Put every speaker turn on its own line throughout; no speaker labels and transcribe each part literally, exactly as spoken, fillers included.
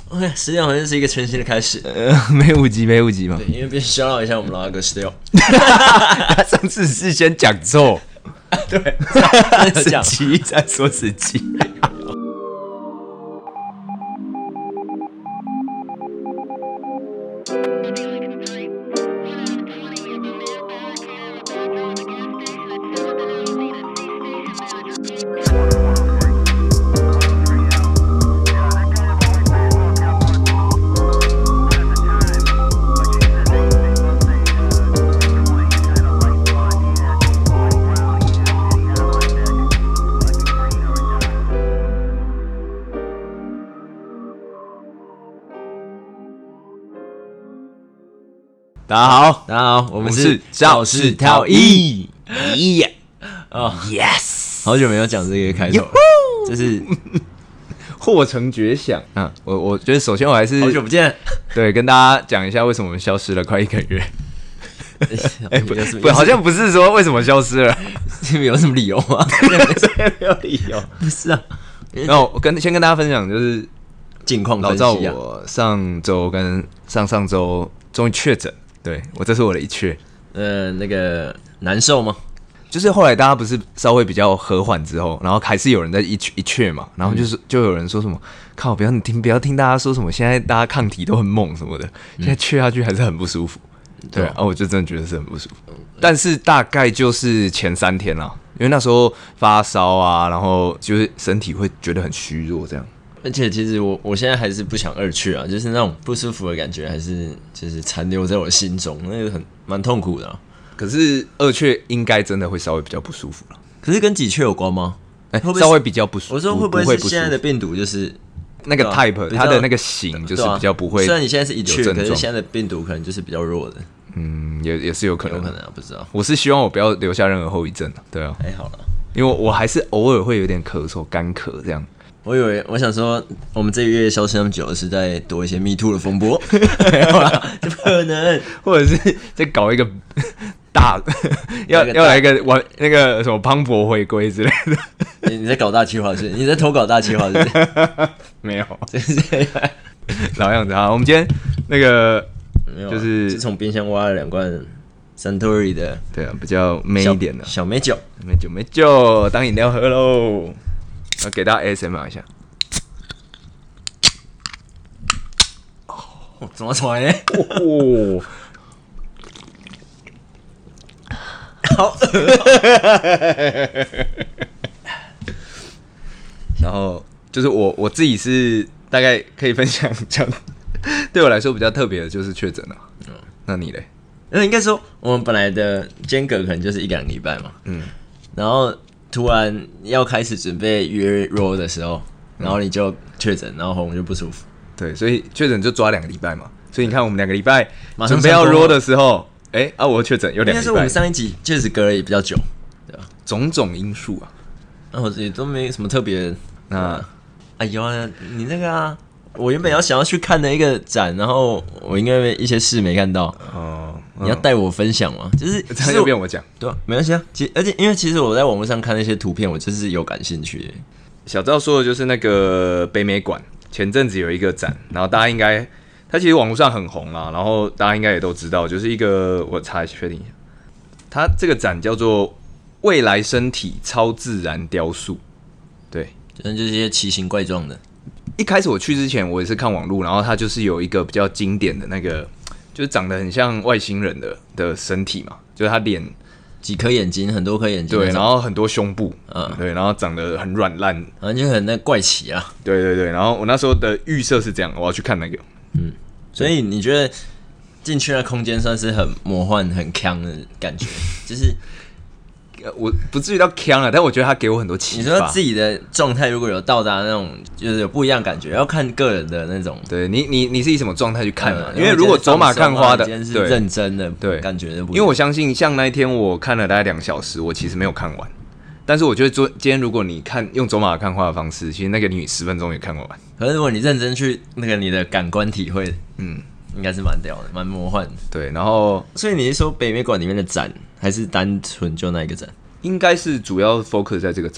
OK， 十点好像是一个全新的开始。
呃，没五集，没五集嘛。
对，因为必须消耗一下我们老阿哥十六。
他上次是先讲错，
对，
十集再说十集。大家好，
大家好，我们是
肇事逃逸。
耶！哦
，yes，
好久没有讲这个开头了，这是
获成绝响。嗯，我我觉得首先我还是
好久不见，
对跟大家讲一下为什么我们消失了快一个月。哎、欸，不不，好像不是说为什么消失了，
有什么理由吗？
没有理由，
不是啊。
那我跟先跟大家分享，就是
近况分析、
啊。
啊。
老赵，我上周跟上上周终于确诊，对我这是我的一确。
呃，那个难受吗？
就是后来大家不是稍微比较和缓之后，然后还是有人在一一确嘛，然后就是就有人说什么，靠，不要听不要听大家说什么，现在大家抗体都很猛什么的，现在确下去还是很不舒服。嗯、对啊，我就真的觉得是很不舒服。但是大概就是前三天啦，因为那时候发烧啊，然后就是身体会觉得很虚弱这样。
而且其实我我现在还是不想二确啊，就是那种不舒服的感觉还是就是残留在我心中，那个很蛮痛苦的、啊。
可是二确应该真的会稍微比较不舒服了。
可是跟几确有关吗？
哎、欸，稍微比较不舒服。
我说会不会是现在的病毒就是
那个 type，、啊、它的那个型就是比较不会、啊。
虽然你现在是一确，可是现在的病毒可能就是比较弱的。
嗯，也也是有可能，
有可能啊，不知道。
我是希望我不要留下任何后遗症、啊、对啊。
还、欸、好了，
因为我还是偶尔会有点咳嗽、干咳这样。
我以为我想说，我们这个月消失那么久是在躲一些 Me Too 的风波，没有啦，就不可能，
或者是在搞一个大要要来一个玩那个什么磅礴回归之类的。
你你在搞大企划是不是？你在投稿大企划是不是？
没有，
就是这样
老样子啊。我们今天那个
没有、啊，
就是
是从冰箱挖了两罐 Suntory 的，
对啊，比较美一点的
小美酒，
美酒美酒当饮料喝喽。要给大家 A S M R 一下。
哦，怎么出来呢？
哦，
好恶、
然后就是我我自己是大概可以分享讲，对我来说比较特别的就是确诊了。嗯，那你嘞？
那应该说我们本来的间隔可能就是一两个礼拜嘛。嗯，然后突然要开始准备约 roll 的时候，然后你就确诊，然后我们就不舒服。
对，所以确诊就抓两个礼拜嘛。所以你看，我们两个礼拜准备要 roll 的时候，哎、欸、啊，我确诊有两个礼拜。应该是
我们上一集确实隔了也比较久，对吧？
种种因素啊，
那我也都没什么特别。
那
哎呦啊，你那个啊，我原本要想要去看的一个展，然后我因为一些事没看到。哦，你要带我分享吗？就是
这就变我讲，
对啊，没关系啊。其而且因为其实我在网络上看那些图片，我就是有感兴趣的。
小赵说的就是那个北美馆，前阵子有一个展，然后大家应该，它其实网络上很红啦，然后大家应该也都知道，就是一个我查一下确定一下，它这个展叫做未来身体超自然雕塑，对，
就是一些奇形怪状的。
一开始我去之前，我也是看网路，然后它就是有一个比较经典的那个，就是长得很像外星人的的身体嘛，就是他脸
几颗眼睛，很多颗眼睛，
对，然后很多胸部，嗯，对，然后长得很软烂，
反正就很那怪奇啊。
对对对，然后我那时候的预设是这样，我要去看那个，
嗯，所以你觉得进去那空间算是很魔幻、很强的感觉，就是。
我不至于到呛了，但我觉得他给我很多启发。
你说自己的状态如果有到达那种，就是有不一样感觉，要看个人的那种。
对你，你你是以什么状态去看啊？嗯、因为如果走马看花的，
今天是认真的，
对
感觉的。
因为我相信，像那一天我看了大概两小时，我其实没有看完。但是我觉得昨今天如果你看用走马看花的方式，其实那个你十分钟也看完。
可是如果你认真去那个你的感官体会，嗯，应该是蛮屌的，蛮魔幻的。
对，然后
所以你是说北美馆里面的展，还是单纯就那一个展？
应该是主要 focus 在这个展啊，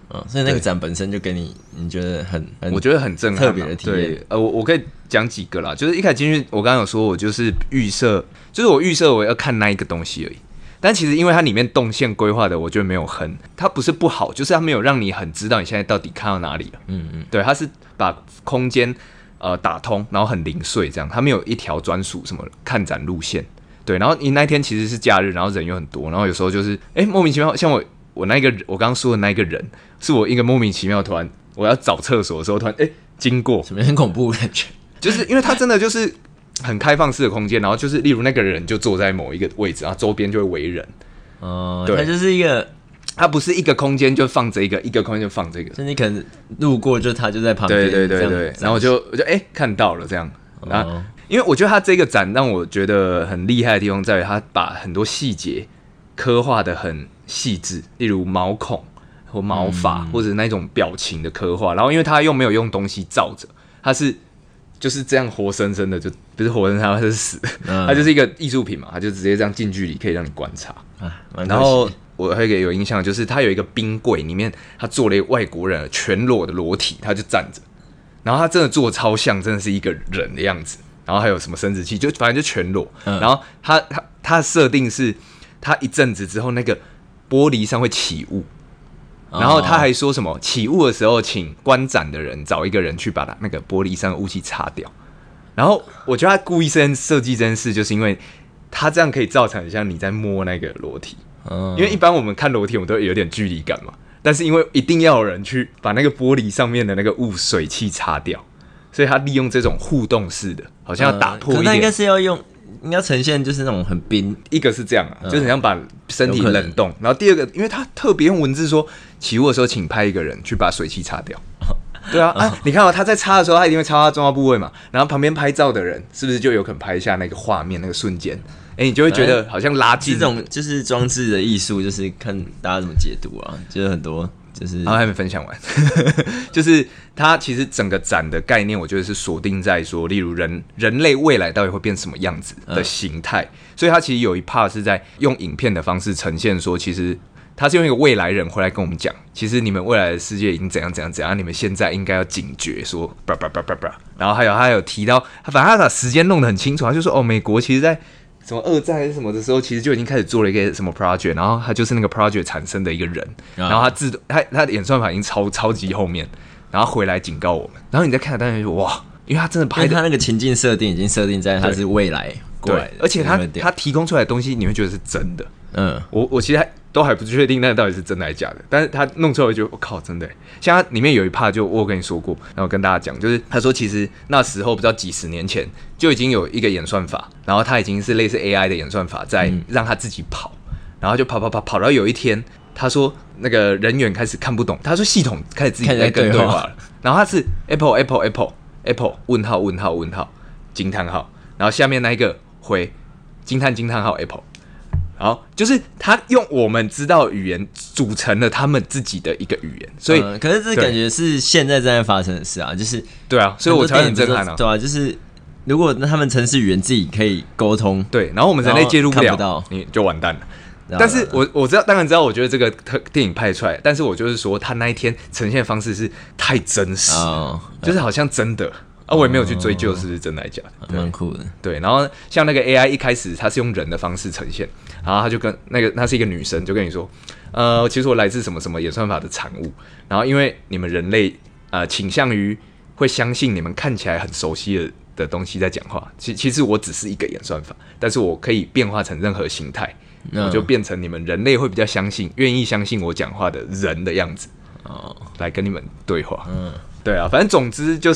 嗯，所以那个展本身就给你，你觉得很，很
我觉得很震撼、啊，
特别的体验。
对，呃，我我可以讲几个啦，就是一开始进去，我刚刚有说，我就是预设，就是我预设我要看那一个东西而已。但其实因为它里面动线规划的，我觉得没有很，它不是不好，就是它没有让你很知道你现在到底看到哪里了。嗯嗯，对，它是把空间呃打通，然后很零碎这样，它没有一条专属什么看展路线。对，然后你那一天其实是假日，然后人又很多，然后有时候就是哎、欸、莫名其妙，像我我那个我刚刚说的那一个人，是我一个莫名其妙突然我要找厕所的时候，突然哎、欸、经过，
什么很恐怖的感觉，
就是因为它真的就是很开放式的空间，然后就是例如那个人就坐在某一个位置，然后周边就会围人。
哦、呃，对，它就是一个，
它不是一个空间就放这个，一个空间就放这个，
所以你可能路过就它就在旁边，
对对对对，然后我就我就哎、欸、看到了这样，然后。哦，因为我觉得他这个展让我觉得很厉害的地方在于，他把很多细节刻画的很细致，例如毛孔或毛发、嗯、或者那种表情的刻画。然后因为他又没有用东西罩着，他是就是这样活生生的，就不是活生生，他是死的，嗯、他就是一个艺术品嘛，他就直接这样近距离可以让你观察。啊、然后我还有一个有印象，就是他有一个冰柜里面，他做了一个外国人全裸的裸体，他就站着，然后他真的做的超像，真的是一个人的样子。然后还有什么生殖器，就反正就全裸。嗯、然后他他他的设定是，他一阵子之后那个玻璃上会起雾，哦、然后他还说什么起雾的时候，请观展的人找一个人去把他那个玻璃上的雾气擦掉。然后我觉得他故意设计这件事，就是因为他这样可以造成像你在摸那个裸体，嗯、因为一般我们看裸体，我们都有点距离感嘛。但是因为一定要有人去把那个玻璃上面的那个雾水汽擦掉。所以他利用这种互动式的，好像要打破一点。
可那应该是要用，应该呈现就是那种很冰。
一个是这样啊，嗯、就是很像把身体冷冻。然后第二个，因为他特别用文字说，起雾的时候请派一个人去把水汽擦掉。对啊，啊，你看哦，他在擦的时候，他一定会擦他重要部位嘛。然后旁边拍照的人，是不是就有可能拍一下那个画面那个瞬间？哎、欸，你就会觉得好像拉近。
这种就是装置的艺术，就是看大家怎么解读啊，就是很多。就是，
然后还没分享完，就是它其实整个展的概念，我觉得是锁定在说，例如人人类未来到底会变什么样子的形态，嗯、所以它其实有一 part 是在用影片的方式呈现说，其实它是用一个未来人回来跟我们讲，其实你们未来的世界已经怎样怎样怎样，你们现在应该要警觉说，叭叭叭叭叭，然后还有他有提到，反正他把时间弄得很清楚，他就说哦，美国其实在。什么二战还是什么的时候，其实就已经开始做了一个什么 project， 然后他就是那个 project 产生的一个人，然后他自动他他的演算法已经超超级后面，然后回来警告我们，然后你再看，当然就哇，因为他真的拍，
因为他那个情境设定已经设定在他是未来过来的，
而且他他提供出来的东西，你会觉得是真的。嗯，我我其实还都还不确定那到底是真的还是假的，但是他弄出来我就觉得我靠，真的耶。像他里面有一 part 就我有跟你说过，然后跟大家讲，就是他说其实那时候不知道几十年前就已经有一个演算法，然后他已经是类似 A I 的演算法在让他自己跑，然后就跑跑跑跑到有一天，他说那个人员开始看不懂，他说系统开始自己在跟对话了，然后他是 Apple Apple Apple Apple 问号问号问号惊叹号，然后下面那一个回惊叹惊叹号 Apple。好，就是他用我们知道的语言组成了他们自己的一个语言，所以、
嗯、可是这感觉是现在正在发生的事啊，就是
对啊，所以我才很震撼啊，
对啊，就是如果他们程式语言自己可以沟通，
对，然后我们人类介入不了，不你就完蛋了。但是我我知道，当然知道，我觉得这个电影拍出来，但是我就是说，他那一天呈现的方式是太真实，哦、就是好像真的。啊，我也没有去追究是不是真的还是假的，
蛮酷的。
对，然后像那个 A I 一开始它是用人的方式呈现，然后他就跟那个她是一个女生，就跟你说，呃，其实我来自什么什么演算法的产物，然后因为你们人类呃倾向于会相信你们看起来很熟悉的的东西在讲话，其其实我只是一个演算法，但是我可以变化成任何形态，嗯、我就变成你们人类会比较相信、愿意相信我讲话的人的样子，哦，来跟你们对话，嗯。对啊，反正总之就是，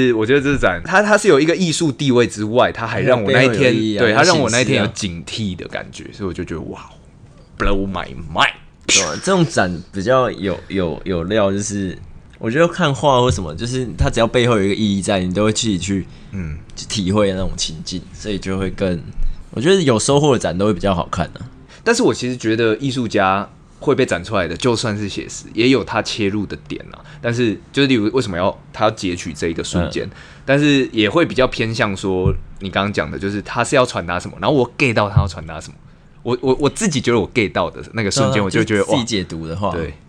我觉得这是展，它它是有一个艺术地位之外，它还让我那一天，啊、对，它让我那一天有警惕的感觉，所以我就觉得哇 ，blow my mind。
对啊，这种展比较有有有料，就是我觉得看画或什么，就是它只要背后有一个意义在，你都会自己去嗯去体会那种情境，所以就会更，我觉得有收获的展都会比较好看的、啊。
但是我其实觉得艺术家。会被展出来的，就算是写实，也有他切入的点啊。但是，就是例如为什么要他要截取这一个瞬间，嗯、但是也会比较偏向说你刚刚讲的，就是他是要传达什么，然后我 get 到他要传达什么。我我我自己觉得我 get 到的那个瞬间，我就觉得哇，
自己解读的话，
对，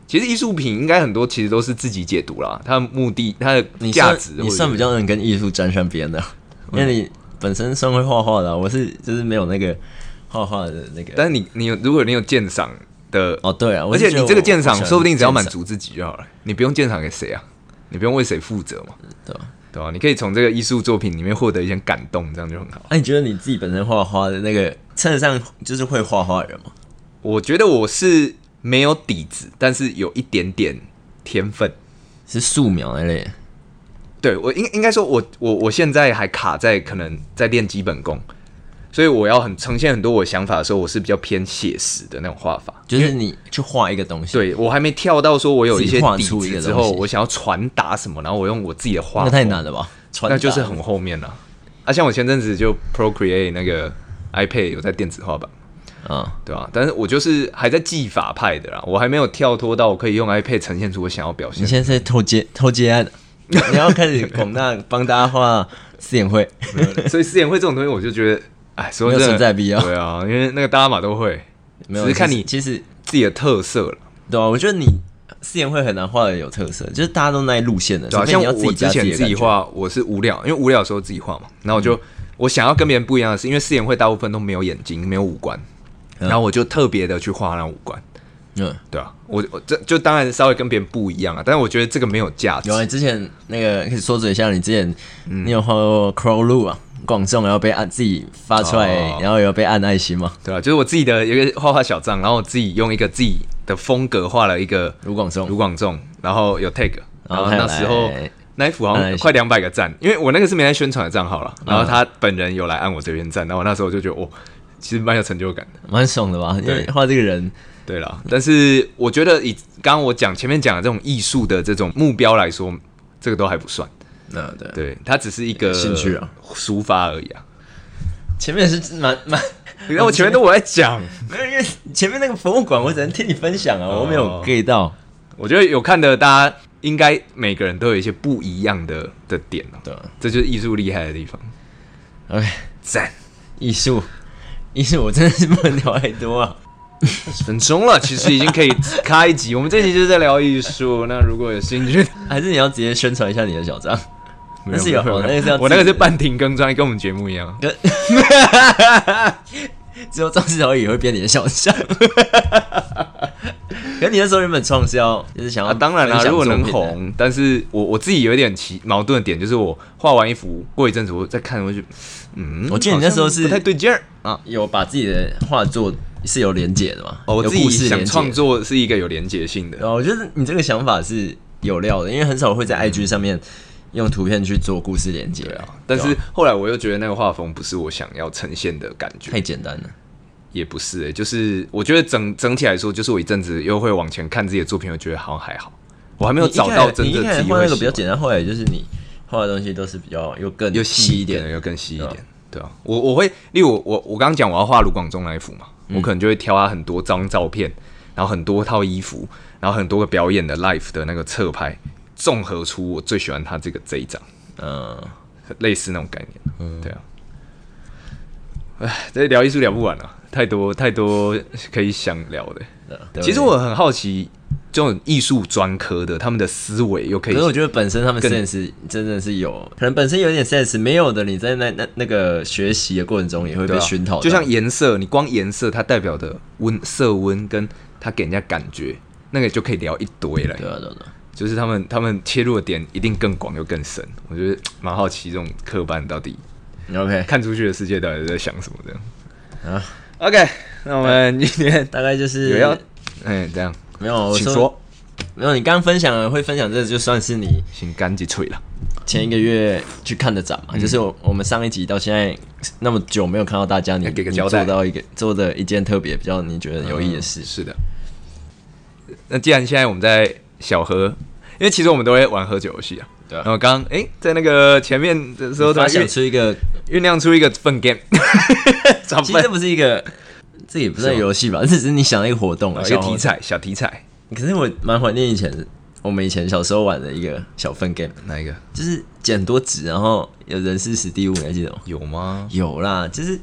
其实艺术品应该很多其实都是自己解读啦，它的目的、它的价值，
你算比较能跟艺术沾上边的，因为你本身算会画画的、啊，我是就是没有那个画画的那个。
但是你你有如果你有鉴赏的
哦，对啊，
而且你这个鉴赏说不定只要满足自己就好了，你不用鉴赏给谁啊，你不用为谁负责嘛，
对吧、啊？
对吧、啊？你可以从这个艺术作品里面获得一些感动，这样就很好。
那、啊、你觉得你自己本身画画的那个称得上就是会画画的人吗？
我觉得我是没有底子，但是有一点点天分，
是素描那类的。
对我应应该说我，我我现在还卡在可能在练基本功，所以我要很呈现很多我想法的时候，我是比较偏写实的那种画法，
就是你去画一个东西。
对我还没跳到说我有一些底
子
之后，我想要传达什么，然后我用我自己的画，
那太难了吧？
那就是很后面了。啊，像我前阵子就 Procreate 那个 iPad 有在电子画版。
啊、嗯，
对吧？但是我就是还在技法派的啦，我还没有跳脱到我可以用 iPad 呈现出我想要表现。
你现在在偷接偷接案，你要开始广大帮大家画四眼会，
所以四眼会这种东西，我就觉得，哎，说真的，
没有存在必要。
对啊，因为那个大家嘛都会，
没有，
只是看你
其实
自己的特色了。
对啊，我觉得你四眼会很难画的有特色，就是大家都那一路线的。
对啊，像我之前自己画，我是无聊，因为无聊的时候自己画嘛，然后我就、嗯、我想要跟别人不一样的是，因为四眼会大部分都没有眼睛，没有五官。然后我就特别的去画那五官，嗯，对啊，我我这就当然稍微跟别人不一样啊，但是我觉得这个没有价值。
有啊，之前那个可以说嘴一下，你之前、嗯、你有画过 Crow Lu 啊，广众然后被按自己发出来，哦、然后有被按爱心嘛？
对啊，就是我自己的一个画画小账，然后我自己用一个自己的风格画了一个
卢广仲，
卢广仲，然后有 tag， 然后那时候那一幅好像快两百个赞，因为我那个是没在宣传的账号了，然后他本人有来按我这边赞，然后那时候我就觉得哦。其实蛮有成就感的，
蛮爽的吧？因为画这个人，
对啦。但是我觉得以刚刚我讲前面讲的这种艺术的这种目标来说，这个都还不算。
嗯，对，
对，它只是一个
兴趣啊，
抒发而已啊。
前面是蛮蛮，
你看我前面都我在讲，
没有，因为前面那个博物馆我只能听你分享啊，我没有 get 到。
我觉得有看的大家应该每个人都有一些不一样的的点哦。对，这就是艺术厉害的地方。
OK，
赞，
艺术。艺术我真的是不能聊太多啊，
二十分钟了，其实已经可以开一集。我们这集就是在聊艺术，那如果有兴趣，
还是你要直接宣传一下你的小账？那是有，哦、那个是要
我那个是半停更专，跟我们节目一样。
只有张志豪也会编你的小账。可你那时候原本创是要就是想要、
啊，当然啦、啊，如果能红，但是我我自己有一点奇矛盾的点，就是我画完一幅，过一阵子我再看，我就嗯，
我记得你那时候是
不太对劲儿
啊，有把自己的画作是有连结的嘛？
哦，我自己想创作是一个有连结性的。
哦，我觉得你这个想法是有料的，因为很少会在 I G 上面用图片去做故事连结啊。
但是后来我又觉得那个画风不是我想要呈现的感觉，
太简单了。
也不是、欸，就是我觉得整整体来说，就是我一阵子又会往前看自己的作品，我觉得好像还好，我还没有找到真正自己会喜欢。
你画那个比较简单，后来就是你画的东西都是比较又更
又细一点，又更细一点，对啊。我我会，例如我我我刚刚讲我要画卢广仲那一幅嘛，嗯、我可能就会挑他很多张照片，然后很多套衣服，然后很多个表演的 live 的那个侧拍，综合出我最喜欢他这个这一张，嗯，类似那种概念，嗯，对啊。哎，这聊艺术聊不完啊，太多太多可以想聊的。其实我很好奇，这种艺术专科的他们的思维又可以，
可是我觉得本身他们 sense 真的是有，可能本身有点 sense， 没有的你在那那那个学习的过程中也会被熏陶、啊。
就像颜色，你光颜色它代表的温色温跟它给人家感觉，那个就可以聊一堆了。
对啊，对啊。
就是他们他们切入的点一定更广又更深，我觉得蛮好奇这种科班到底。
OK，
看出去的世界到底在想什么这样
啊
？OK， 那我们今天
大概就是
有要哎这样
没有，
请说。
没有，你刚刚分享了会分享这就算是你
先干几脆了。
前一个月去看的展嘛，嗯、就是我我们上一集到现在那么久没有看到大家，你
给个交代，
你做到一个做的一件特别比较你觉得有意义的事、
嗯。是的。那既然现在我们在小喝，因为其实我们都会玩喝酒游戏啊。对啊，然后刚哎、欸，在那个前面的时候，
发想出一个
酝酿出一个分 game，
其实这不是一个，这也不是游戏吧，这只是你想的一个活动，
一个题材，小题材。
可是我蛮怀念以前我们以前小时候玩的一个小分 game，
哪一个？
就是捡很多纸，然后有人事史地物，你还记得吗？
有吗？
有啦，就是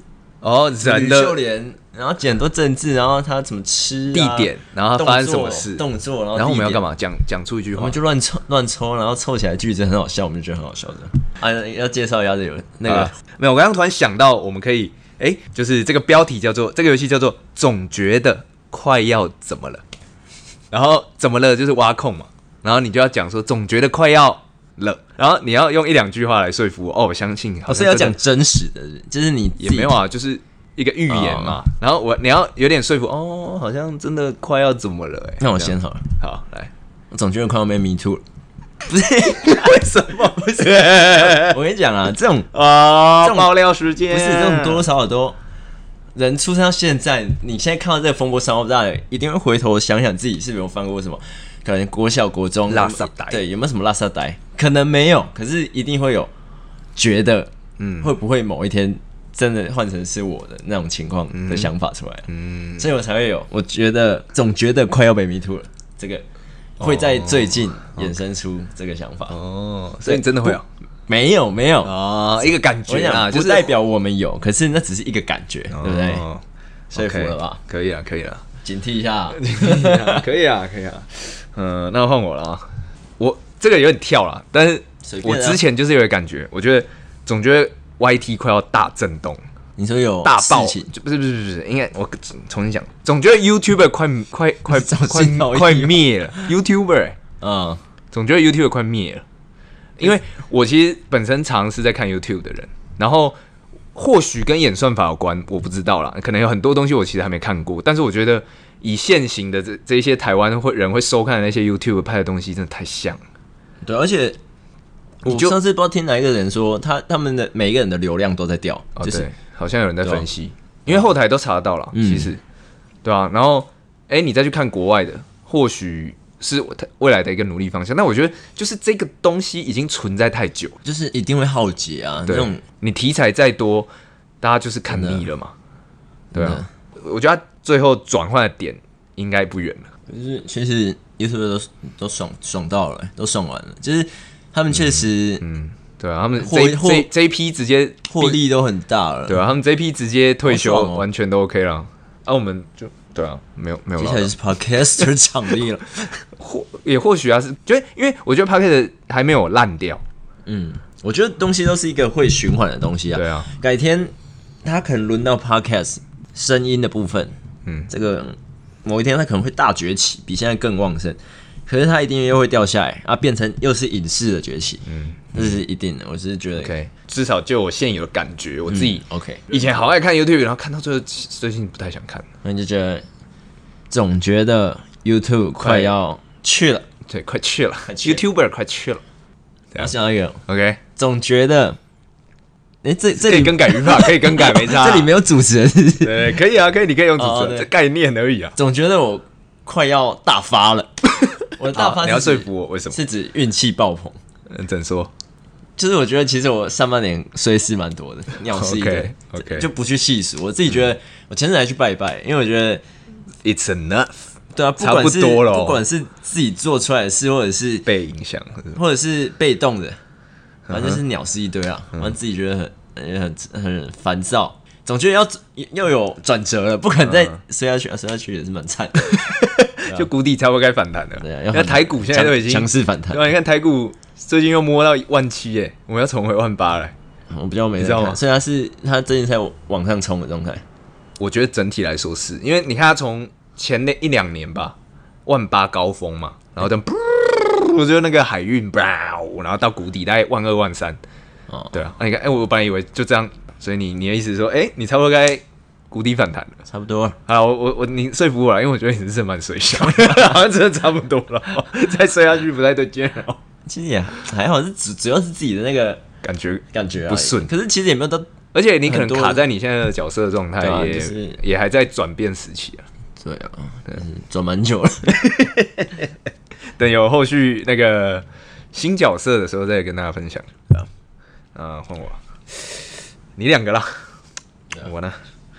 哦，人的
秀莲，然后讲很多政治，然后他怎么吃、啊、
地点，然后他发生什么事，
动作，然后
然后我们要干嘛？讲讲出一句话，
我们就乱抽乱抽，然后凑起来句子很好笑，我们就觉得很好笑的。啊，要介绍一下这个那个、
啊、没有，我刚刚突然想到，我们可以哎、欸，就是这个标题叫做这个游戏叫做总觉得快要怎么了，然后怎么了就是挖空嘛，然后你就要讲说总觉得快要了，然后你要用一两句话来说服我哦，我相信好像
是要讲真实的，就是你
也没有啊，就是一个预言嘛。哦、然后我你要有点说服哦，好像真的快要怎么了哎、欸。
那我先好了，
好来，
我总觉得快要被 me too 了，不是
为什么？不是，
我跟你讲啊，这种
啊、哦，爆料时间
不是这种多多少少都人出生到现在，你现在看到这个风波三爆炸，一定会回头想想自己是没有犯过什么。可能国小、国中
垃圾呆，
对，有没有什么垃圾呆？可能没有，可是一定会有觉得，嗯，会不会某一天真的换成是我的那种情况的想法出来，嗯，所以我才会有，我觉得总觉得快要被 me too 了，这个会在最近衍生出这个想法
哦，所以你真的会有？
没有，没有
哦，一个感觉啊，
不代表我们有，可是那只是一个感觉，对不对？说服了吧？
可以了，可以了。
警惕一下，
可以啊，可以啊。嗯，那换我了啊。我这个有点跳了，但是我之前就是有个感觉，我觉得总觉得 Y T 快要大震动。
你说有
大爆？不是不是不是，应该我重新讲，总觉得 YouTuber 快快快快快灭了。YouTuber， 嗯，总觉得 YouTuber 快灭了，因为我其实本身常是在看 YouTube 的人，然后。或许跟演算法有关，我不知道啦。可能有很多东西我其实还没看过，但是我觉得以现行的这这一些台湾会人会收看的那些 YouTube 拍的东西，真的太像了。
对，而且我上次不知道听哪一个人说，他他们的每一个人的流量都在掉，
哦、
就是
对，好像有人在分析，因为后台都查得到了，
嗯、
其实对啊。然后，哎、欸，你再去看国外的，或许是未来的一个努力方向。但我觉得，就是这个东西已经存在太久，
就是一定会耗竭啊。
对，
那种
你题材再多，大家就是看腻了嘛。对啊，我觉得他最后转换的点应该不远了。
就是其实 YouTube 都都爽爽到了，都爽完了。就是他们确实，
嗯，嗯对啊，他们这这这一批直接
获利都很大了。
对啊，他们这一批直接退休，哦、完全都 OK 了。啊，我们就。对啊，没有没有。
接下来是 Podcaster 场地了，
或也或许啊，是觉得因为我觉得 Podcast 还没有烂掉。
嗯，我觉得东西都是一个会循环的东西啊。
对啊，
改天他可能轮到 Podcast 声音的部分，嗯，这个某一天他可能会大崛起，比现在更旺盛。可是他一定又会掉下来啊，变成又是影视的崛起，嗯，这是一定的。我是觉得
，OK， 至少就我现有的感觉，我自己、
嗯、OK。
以前好爱看 YouTube， 然后看到最后，最近不太想看，
那你就觉得总觉得 YouTube 快要去了，
对，快去了 ，YouTuber 快去了。
我想到一个
，OK，
总觉得，哎、欸，这这里
可以更改语法，可以更改，没差、啊。
这里没有主持人是不是，
对，可以啊，可以，你可以用主持人，哦、这概念而已啊。
总觉得我快要大发了。我的大发，
你要说服我为什么？
是指运气爆棚。
嗯，怎说？
就是我觉得其实我上半年衰事蛮多的，鸟事一堆
，OK， OK，
就不去细数。我自己觉得，我前阵还去拜一拜，因为我觉得
it's enough。
对啊，不管是
差不多了，
不管是自己做出来的事，或者是
被影响，
或者是被动的，反正就是鸟事一堆啊。反正自己觉得很很很烦躁，总觉得要要有转折了，不可能再摔下去啊！摔下去也是蛮惨的。
就谷底差不多该反弹了。
对啊，
因为台股现在都已经
强势反弹。
对啊，你看台股最近又摸到万七耶，我们要重回万八了。
我比较没在看，所以它是它最近在往上冲的状态。
我觉得整体来说是因为你看它从前那一两年吧，万八高峰嘛，然后这样，我觉得那个海运，然后到谷底大概万二万三。哦，对啊，你看，哎、欸，我本来以为就这样，所以你你的意思是说，哎、欸，你差不多该谷底反弹了，
差不多了。
好，我我我你说服我了，因为我觉得你是蛮水小，好像真的差不多了，再摔下去不太对劲了。
其实也还好，是主主要是自己的那个
感觉
感觉
不顺，
可是其实也没有到，
而且你可能卡在你现在的角色状态也、啊就是、也还在转变时期啊。对啊，
对，转蛮久了。
等有后续那个新角色的时候再跟大家分享。对啊，啊，换我，你两个啦，我呢？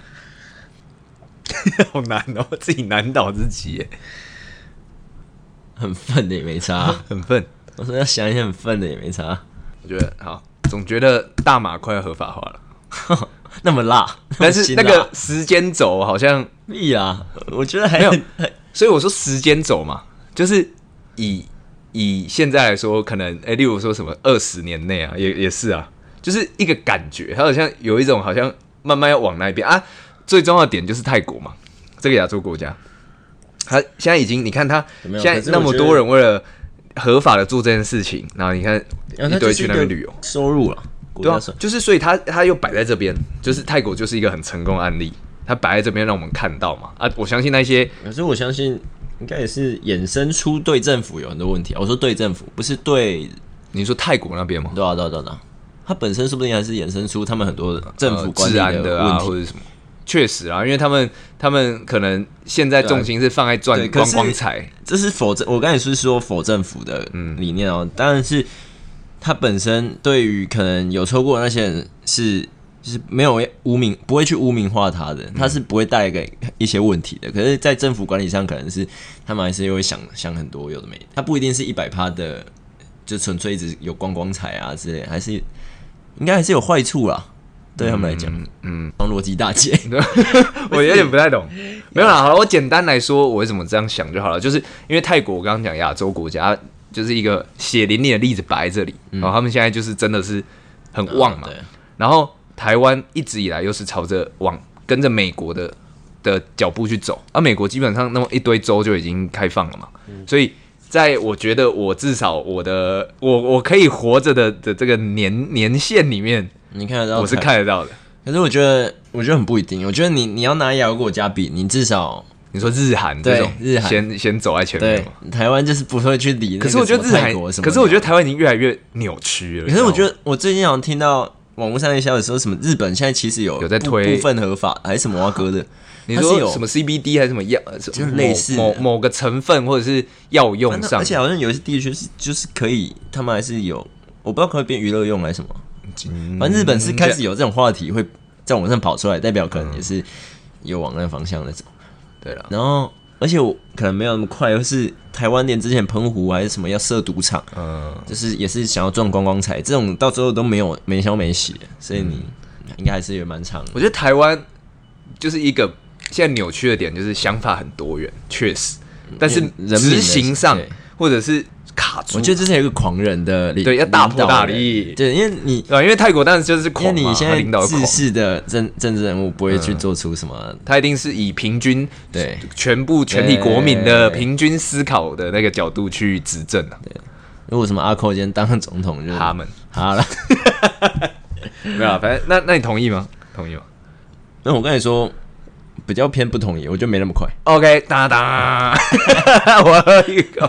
好难哦，自己难倒自己耶，
很愤的也没差，
很愤。
我说要想一些很愤的也没差。
我觉得好，总觉得大麻快要合法化了。
那么辣，
但是那个时间轴好像
屁啊，我觉得还
没有，所以我说时间轴嘛，就是以以现在来说，可能哎、欸，例如说什么二十年内啊，也也是啊，就是一个感觉，它好像有一种好像慢慢要往那边啊。最重要的点就是泰国嘛，这个亚洲国家，他现在已经你看他现在那么多人为了合法的做这件事情，然后你看一堆去那边旅游，
收入了。
对啊，就是所以他他又摆在这边，就是泰国就是一个很成功的案例，他摆在这边让我们看到嘛啊！我相信那些，
可是我相信应该也是衍生出对政府有很多问题。我说对政府，不是对
你说泰国那边吗？
对啊，对啊，对啊，它本身说不定还是衍生出他们很多政府管理
治安的啊，或者什么。确实啊，因为他们他们可能现在重心是放在赚观光财，
这是否政？我刚才是说否政府的理念哦，当然是。他本身对于可能有抽过的那些人是就是没有污名，不会去污名化他的，他是不会带来一些问题的。可是，在政府管理上，可能是他们还是会想想很多有的没的，他不一定是一百趴的，就纯粹一直有观光财啊之类的，还是应该还是有坏处啦。对他们来讲，嗯，当逻辑大姐，
我有点不太懂。没有啦，好了，我简单来说，我为什么这样想就好了，就是因为泰国我刚刚讲亚洲国家。就是一个血淋淋的例子摆在这里，然后他们现在就是真的是很旺嘛，然后台湾一直以来又是朝着往跟着美国的的脚步去走，而、啊、美国基本上那么一堆州就已经开放了嘛，所以在我觉得我至少我的我我可以活着的的这个年年限里面，
你看得到，
我是看得到的。
可是我觉得我觉得很不一定，我觉得你你要拿亚洲国家比，你至少。
你说日韩这种，
日韩
先先走在前面嘛。
对，台湾就是不会去理那个什么泰国什么。可是我觉得日韩，
可是我觉得台湾已经越来越扭曲了。
可是我觉得我最近好像听到网络上一些消息说什么日本现在其实有
有在推
部分合法还是什么蛙哥的。
你说什么 C B D 还是什么药，
就是类似
某某个成分或者是药用上，
而且好像有些地区是就是可以，他们还是有，我不知道可以变娱乐用还是什么。反正日本是开始有这种话题会在网上跑出来，代表可能也是有往那个方向那种。
对了，
然后。而且我可能没有那么快，而是台湾连之前澎湖还是什么要设赌场，嗯，就是也是想要赚观光财，这种到最后都没有没消没息，所以你应该还是有蛮长的。
我觉得台湾就是一个现在扭曲的点，就是想法很多元，确实，但是执行上或者是卡住。
我觉得这是有一个狂人的领，
对，要大破大立。
对，因为你
啊，因为泰国当然就是狂嘛，
因为你现在
领导
自视的政政治人物不会去做出什么，嗯、
他一定是以平均
对
全部全体国民的平均思考的那个角度去执政啊。
对，如果什么阿扣今天当总统，就是
他们
好了，
没有，反正那那你同意吗？同意吗？
那我跟你说。比较偏不同意，我觉得没那么快。
OK， 哒哒，我喝一口。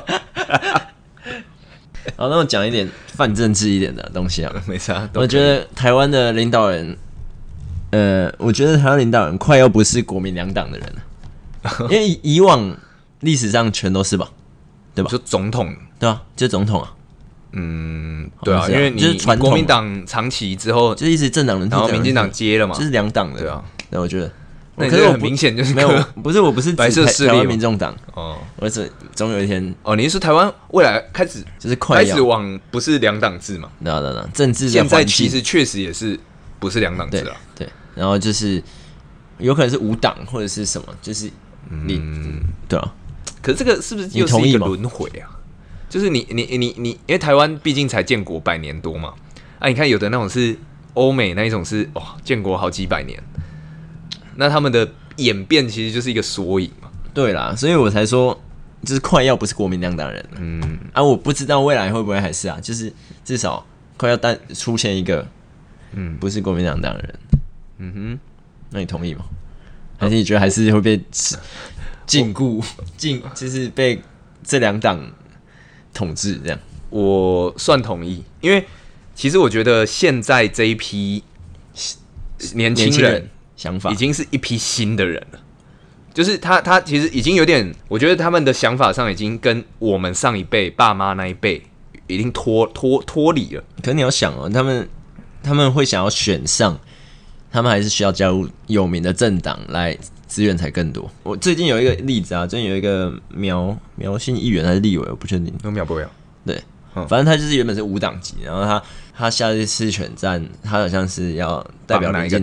好，那我讲一点泛政治一点的东西啊，
没事啊。
我觉得台湾的领导人，呃，我觉得台湾领导人快要不是国民两党的人了，因为以往历史上全都是吧，对吧？
就总统，
对啊，就总统啊。
嗯，对啊，因为你
就是传
国民党长期之后，
就一直政党轮替，
然后民进党接了嘛，
就是两党的，
对啊。
那我觉得。
可是我很明显就是
没有，不是我不是
白色势力
台湾民众党
哦，
我是总有一天
哦，你是说台湾未来开始
就是快
开始往不是两党制嘛？
对对对，政治
现在其实确实也是不是两党制了，
对，然后就是有可能是无党或者是什么，就是你、嗯、对啊，
可是这个是不是又是一个轮回啊？就是你你你你，因为台湾毕竟才建国百年多嘛，啊，你看有的那种是欧美那一种是哇、哦，建国好几百年。那他们的演变其实就是一个缩影嘛。
对啦，所以我才说，就是快要不是国民两党人了。嗯，啊，我不知道未来会不会还是啊，就是至少快要单出现一个，嗯，不是国民两党人。嗯哼，那你同意吗？还是你觉得还是会被禁锢、禁，就是被这两党统治这样？
我算同意，因为其实我觉得现在这一批年轻人。
年轻人想法
已经是一批新的人了，就是他他其实已经有点，我觉得他们的想法上已经跟我们上一辈爸妈那一辈已经脱脱脱离了。
可是你要想哦，他们他们会想要选上，他们还是需要加入有名的政党来资源才更多。我最近有一个例子啊，最近有一个苗苗姓议员还是立委，我不确定。
有苗不了，
对，嗯、反正他就是原本是无党籍，然后他他下一次选战，他好像是要代表民进党。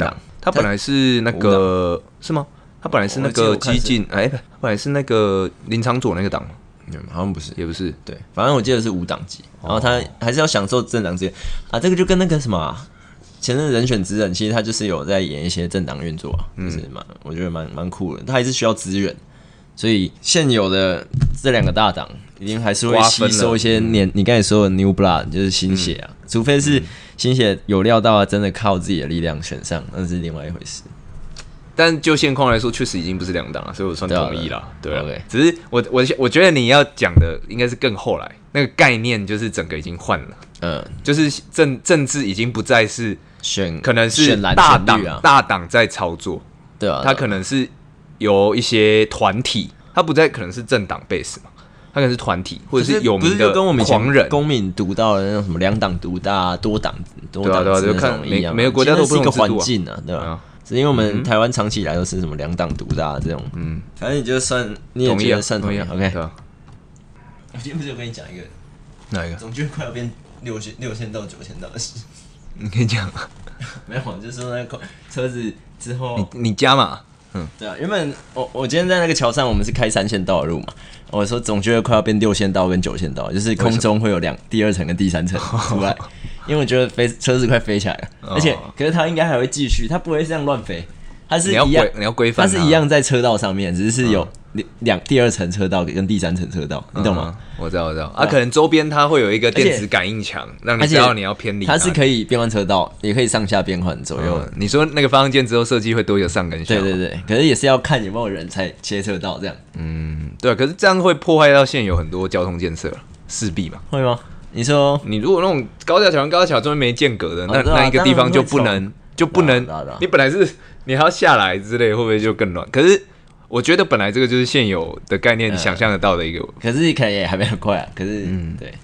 他本来是那个是吗？他本来是那个激进，哎，他本来是那个林长佐那个党吗？
嗯，好像不是，
也不是。
对，反正我记得是无党籍，然后他还是要享受政党资源啊。这个就跟那个什么、啊、前任人选之人，其实他就是有在演一些政党运作啊，就是蛮，我觉得蛮蛮酷的。他还是需要资源。所以现有的这两个大党一定还是会吸收一些年，你刚才说的 new blood 就是新血啊，嗯、除非是新血有料到啊，真的靠自己的力量选上，那是另外一回事。
但就现况来说，确实已经不是两党了，所以我算同意啦。对啊，
对 okay.
只是我我我觉得你要讲的应该是更后来那个概念，就是整个已经换了，嗯，就是政政治已经不再是
选，
可能是大党、啊、大党在操作，
对啊，
它可能是。有一些团体，它不再可能是政党 base 嘛，它可能是团体或者是有名的狂人。
公民读到的那种什么两党独大、多党多党制那种一样，
每个国家都不
是一个环境啊，对吧？啊、只是因为我们台湾长期以来都是什么两党独大这种，嗯，反正你就算你也觉得算同意 ，OK。我今天不是有跟你讲一个
哪一个？
总觉得快要变六千六千到九千到的事，
你可以讲吗？
没有，就是说那个车子之后，
你你加嘛？
嗯，对啊，原本我我今天在那个桥上，我们是开三线道的路嘛。我说总觉得快要变六线道跟九线道，就是空中会有两第二层跟第三层出来，因为我觉得飞车子快飞起来了，哦、而且可是它应该还会继续，它不会这样乱飞，它是一样，
你要规范，
它是一样在车道上面，只是有两、嗯、第二层车道跟第三层车道，你懂吗？
嗯、我知道，我知道。啊，可能周边它会有一个电子感应墙，让你知道你要偏离。
它是可以变换车道，也可以上下变换左右、
嗯。你说那个方向键之后设计会多一个上跟下？
对对对，可是也是要看有没有人才切车道这样。
嗯，对啊，可是这样会破坏到现有很多交通建设，势必嘛。
会吗？你说，
你如果那种高架桥跟高架桥中间没间隔的，那、哦啊、那一个地方就不能就不能，啊啊啊、你本来是你还要下来之类，会不会就更乱？可是。我觉得本来这个就是现有的概念，你想象得到的一个、嗯，
可是可能也还没很快啊。可是，嗯，对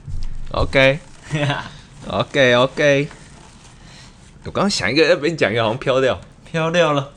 ，OK，OK，OK，、okay. okay, okay. 我刚刚想一个，要被你讲一个，好像飘掉，
飘掉了。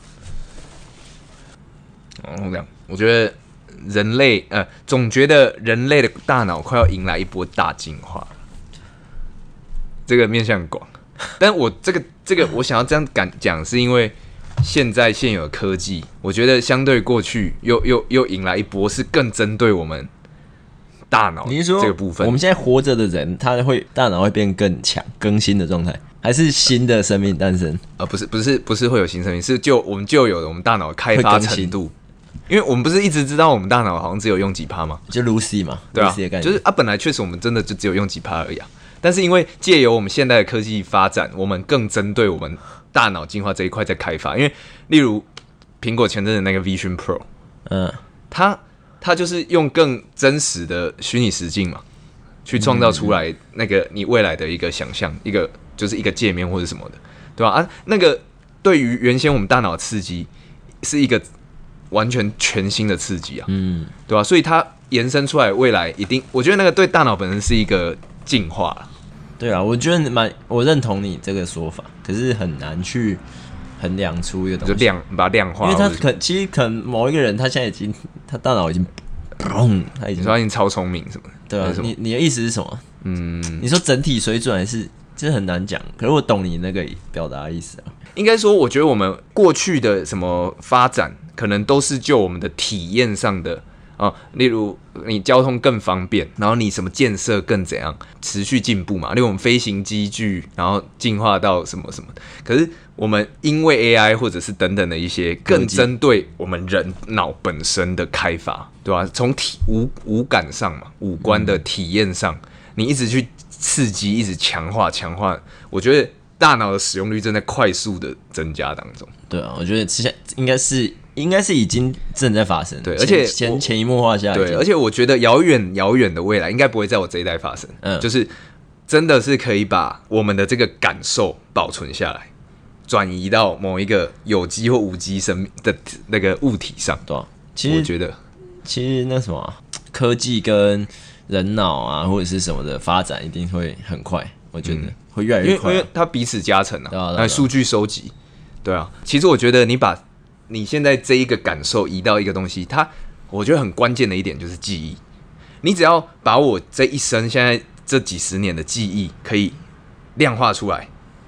哦，这样，我觉得人类，呃，总觉得人类的大脑快要迎来一波大进化了。这个面向广，但我这个这个我想要这样敢讲，是因为。现在现有的科技，我觉得相对过去又又又迎来一波，是更针对我们大脑这个部分。
我们现在活着的人，他会大脑会变更强、更新的状态，还是新的生命诞生？
呃，不是，不是，不是会有新生命，是就我们旧有的我们大脑开发程度。因为我们不是一直知道我们大脑好像只有用几趴吗？
就 Lucy 嘛，
对啊，
Lucy 的概念
就是啊，本来确实我们真的就只有用几趴而已啊。但是因为借由我们现代的科技发展，我们更针对我们大脑进化这一块在开发。因为例如苹果前阵的那个 Vision Pro， 嗯，它它就是用更真实的虚拟实境嘛，去创造出来那个你未来的一个想象，一个就是一个界面或者什么的，对吧？啊，那个对于原先我们大脑的刺激是一个完全全新的刺激啊，嗯，对吧？所以它延伸出来未来一定，我觉得那个对大脑本身是一个进化了。
对啊，我觉得蛮，我认同你这个说法，可是很难去衡量出一个东西，
就量把它量化，
因为他可其实可能某一个人他现在已经他大脑已经，砰，他已经，
你说他已经超聪明什么的，
对啊，你你的意思是什么？嗯，你说整体水准还是这很难讲，可是我懂你那个表达的意思啊。
应该说，我觉得我们过去的什么发展，可能都是就我们的体验上的。啊，例如你交通更方便，然后你什么建设更怎样持续进步嘛？例如我们飞行机具，然后进化到什么什么。可是我们因为 A I 或者是等等的一些更针对我们人脑本身的开发，对吧？从体五五感上嘛，五官的体验上，你一直去刺激，一直强化强化，我觉得大脑的使用率正在快速的增加当中。
对啊，我觉得现在应该是。应该是已经正在发生，
对，而且
潜潜移默化下，
对，而且我觉得遥远遥远的未来应该不会在我这一代发生，嗯，就是真的是可以把我们的这个感受保存下来，转移到某一个有机或无机生命的那个物体上，
对啊，其实
我觉得，
其实那什么科技跟人脑啊或者是什么的发展一定会很快，我觉得、嗯、会越来越快、啊，
因为因为它彼此加成啊，那数据收集，对啊，其实我觉得你把你现在这一个感受移到一个东西，它我觉得很关键的一点就是记忆。你只要把我这一生现在这几十年的记忆可以量化出来，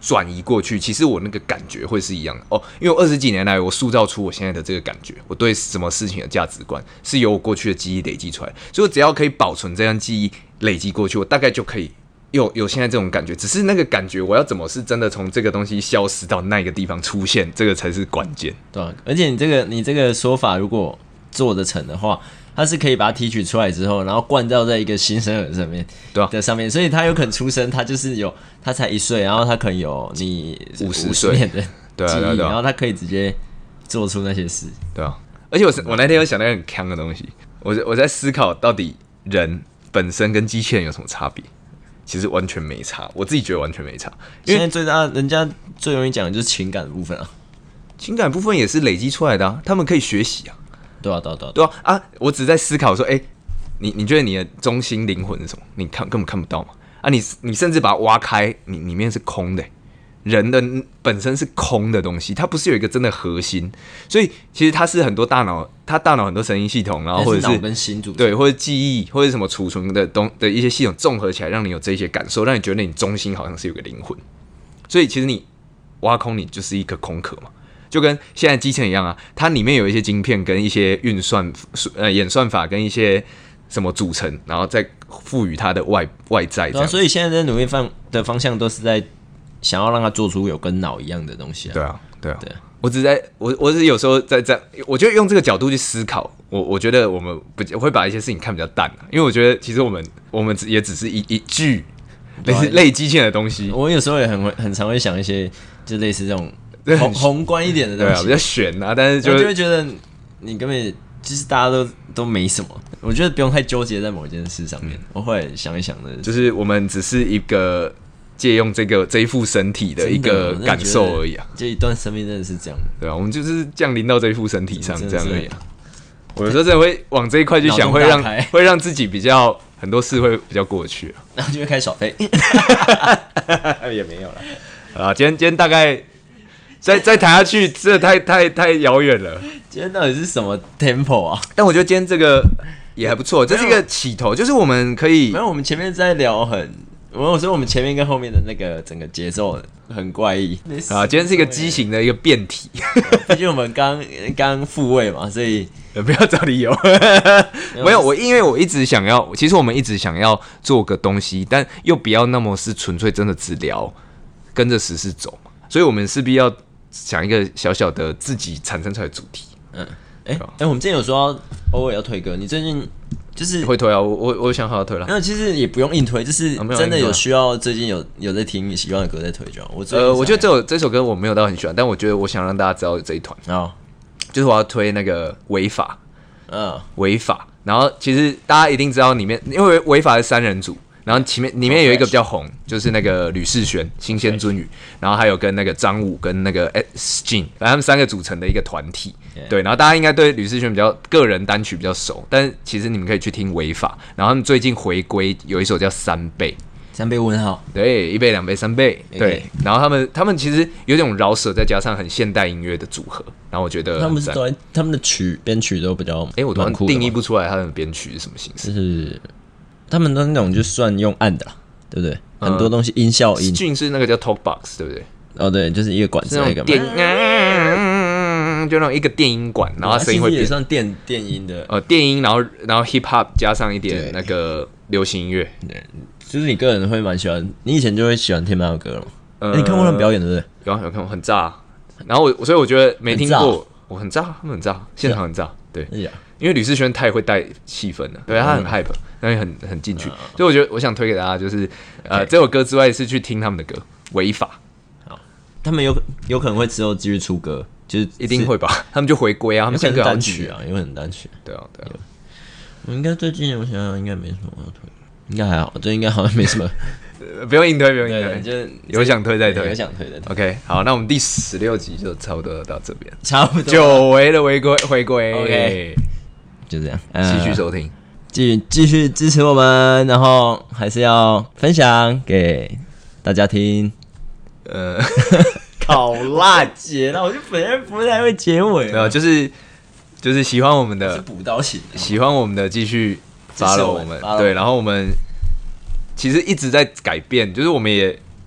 转移过去，其实我那个感觉会是一样的哦。因为我二十几年来，我塑造出我现在的这个感觉，我对什么事情的价值观是由我过去的记忆累积出来，所以我只要可以保存这样记忆累积过去，我大概就可以有有现在这种感觉。只是那个感觉，我要怎么是真的从这个东西消失到那个地方出现，这个才是关键。
对、啊，而且你这个你这个说法如果做得成的话，它是可以把它提取出来之后，然后灌到在一个新生儿上面，
对啊
的上面，所以他有可能出生，他就是有他才一岁，然后他可能有你
五十岁
年的记忆，
对啊对啊对啊
然后他可以直接做出那些事，
对啊。而且我我那天有想到一个很鏘的东西，我我在思考到底人本身跟机器人有什么差别？其实完全没差，我自己觉得完全没差。因为
现在最大人家最容易讲的就是情感的部分啊，
情感部分也是累积出来的啊，他们可以学习啊。
对啊对啊对啊，
对啊啊！我只是在思考说，哎、欸，你你觉得你的中心灵魂是什么？你看根本看不到嘛？啊你，你你甚至把它挖开，你里面是空的、欸。人的本身是空的东西，它不是有一个真的核心，所以其实它是很多大脑，它大脑很多神经系统，然后或者是
脑跟心组
对，或者记忆或者什么储存的东的一些系统综合起来，让你有这些感受，让你觉得你中心好像是有个灵魂。所以其实你挖空，你就是一颗空壳嘛。就跟现在机器人一样啊，它里面有一些晶片跟一些运算呃演算法跟一些什么组成，然后再赋予它的外外在这样、
啊。所以现在在努力方的方向都是在想要让它做出有跟脑一样的东西啊。
对啊，对啊。
对
我只在我我只有时候在在，我觉得用这个角度去思考，我我觉得我们不会把一些事情看比较淡、啊、因为我觉得其实我们我们也只是一一具类似类机器人的东西。
我有时候也很会很常会想一些就类似这种。宏宏观一点的东西，
对啊，比较悬啊，但是就
我就会觉得你根本就是大家都都没什么，我觉得不用太纠结在某一件事上面。嗯、我后来想一想的，
就是我们只是一个借用这个这一副身体的一个感受而已啊。
这一段生命真的是这样，
对啊，我们就是降临到这一副身体上这样而已啊。我有时候真的会往这一块去想，会让会让自己比较很多事会比较过去、啊，
然后就会开始耍废，也没有了
啊。今天今天大概。再再谈下去，真的太太太遥远了。
今天到底是什么 tempo 啊？
但我觉得今天这个也还不错，这是一个起头，就是我们可以。
没有，我们前面在聊很，我说我们前面跟后面的那个整个节奏很怪异
啊。今天是一个畸形的一个变体，
毕竟我们刚刚复位嘛，所以
不要找理由。没有，我因为我一直想要，其实我们一直想要做个东西，但又不要那么是纯粹真的只聊跟着时事走嘛，所以我们势必要。想一个小小的自己产生出来的主题，
嗯，哎、欸、哎、欸，我们之前有说要偶尔要推歌，你最近就是
会推啊？我我我想好要推了。
那其实也不用硬推，就是真的有需要，最近有有在听你喜欢的歌在推就好。我
呃，我觉得这首这首歌我没有到很喜欢，但我觉得我想让大家知道有这一团
哦，
就是我要推那个违法，
嗯，
违法。然后其实大家一定知道里面，因为违法是三人组。然后前面里面有一个比较红，就是那个吕士轩、新鲜鳟鱼，然后还有跟那个张武跟那个 Sting， 反正他们三个组成的一个团体。Yeah. 对，然后大家应该对吕士轩比较个人单曲比较熟，但是其实你们可以去听违法。然后他们最近回归有一首叫三倍，
三倍问号，
对，一倍、两倍、三倍，对。Okay. 然后他们他们其实有种饶舌，再加上很现代音乐的组合。然后我觉得
他们是都他们的曲编曲都比较，
哎、欸，我突然定义不出来他们的编曲是什么形式，
就是。他们都那种就算用按的啦，对不对？嗯、很多东西音效音，
俊是那个叫 talk box， 对不对？
哦，对，就是一个管子，一个
电，嗯，就那种一个电音管，然后声音会变，
也算电电音的，
呃，电音，然后然后 hip hop 加上一点那个流行音乐，
对，就是你个人会蛮喜欢，你以前就会喜欢听那首歌了吗？呃欸、你看过他们表演对不对？
有有看过，很炸。然后我所以我觉得没听过，我很炸，他们很炸，现场很炸，对。因为吕士轩太会带气氛了，对，他很 hype， 但是很很进去，所以我觉得我想推给大家，就是呃，这首歌之外是去听他们的歌，违法。
好，他们有有可能会之后继续出歌，就是
一定会吧？他们就回归啊，他们
有可能单曲啊，有可能单曲。
对啊，对啊。
我应该最近我想想应该没什么要推，应该还好，这应该好像没什么，
不用硬推，不用硬推，
就是
有想推再推，
有想推再推。
OK， 好，那我们第十六集就差不多到这边，
差不多。
久违的回归回归
，OK。就这样，
继续收听，
继继续支持我们，然后还是要分享给大家听。呃，好辣姐，那我就本来不太会结尾，
没有，就是就是喜欢我们的，
是补刀型的，
喜欢我们的继续 follow 我们，对，然后我们其实一直在改变，就是我们也。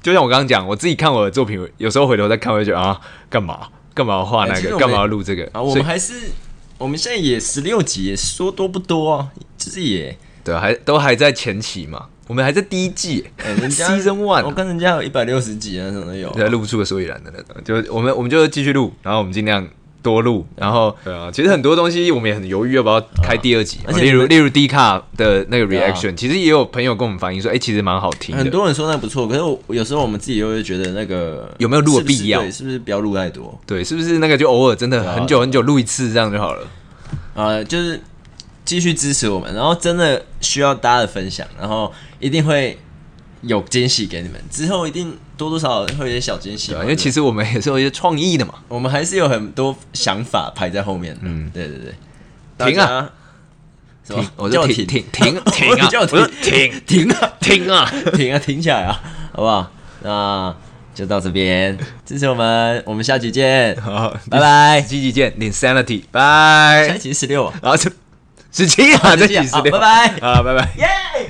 就像我刚刚讲，我自己看我的作品，有时候回头再看，我就觉得啊，干嘛干嘛要画那个，干嘛要录这个
啊？我们还是我们现在也十六集，也说多不多啊，就是也
对，还都还在前期嘛。我们还在第一季、欸，人家 Season One，
我跟人家有一百六十集那种都有，
对，录不出个所以然的那种。就我们我们就继续录，然后我们尽量多录，然后对啊，其实很多东西我们也很犹豫要不要开第二集，而且例如例如 D 卡的那个 reaction，、啊、其实也有朋友跟我们反映说，哎、欸，其实蛮好听的，
很多人说那不错，可是我有时候我们自己又会觉得那个
有没有录的必要，
是不是，是不是不要录太多？
对，是不是那个就偶尔真的很久很久录一次这样就好了？
啊，就是继续支持我们，然后真的需要大家的分享，然后一定会有惊喜给你们，之后一定多多少少会有些小惊喜、
啊，因为其实我们也是有一些创意的嘛，
我们还是有很多想法排在后面。嗯，对对
对，停啊！
停，
我就停停停停啊！
我
说停
停啊
停啊
停啊停起来啊，好不好？那就到这边，支持我们，我们下期见，
好，
拜拜，
十七集见 ，Insanity， 拜，
下一集十六，
然后十七啊，这集十六，
拜拜，
啊，拜拜，
耶。